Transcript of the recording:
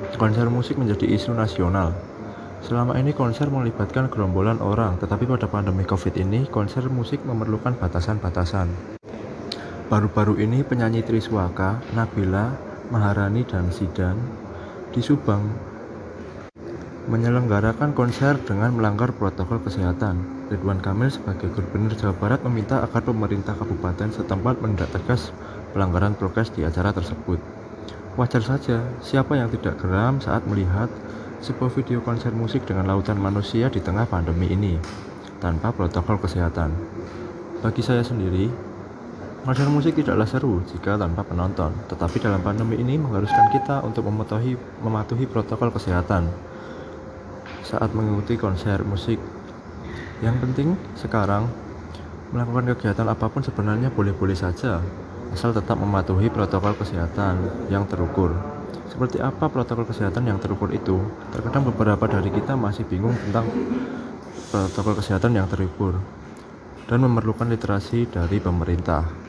konser musik menjadi isu nasional. Selama ini konser melibatkan gerombolan orang, tetapi pada pandemi COVID ini, konser musik memerlukan batasan-batasan. Baru-baru ini penyanyi Triswaka, Nabila, Maharani, dan Zidan di Subang menyelenggarakan konser dengan melanggar protokol kesehatan. Ridwan Kamil sebagai Gubernur Jawa Barat meminta agar pemerintah kabupaten setempat menindak tegas pelanggaran prokes di acara tersebut. Wajar saja, siapa yang tidak geram saat melihat sebuah video konser musik dengan lautan manusia di tengah pandemi ini, tanpa protokol kesehatan. Bagi saya sendiri, konser musik tidaklah seru jika tanpa penonton, tetapi dalam pandemi ini mengharuskan kita untuk mematuhi protokol kesehatan saat mengikuti konser musik. Yang penting sekarang, melakukan kegiatan apapun sebenarnya boleh-boleh saja, asal tetap mematuhi protokol kesehatan yang terukur. Seperti apa protokol kesehatan yang terukur itu? Terkadang beberapa dari kita masih bingung tentang protokol kesehatan yang terukur dan memerlukan literasi dari pemerintah.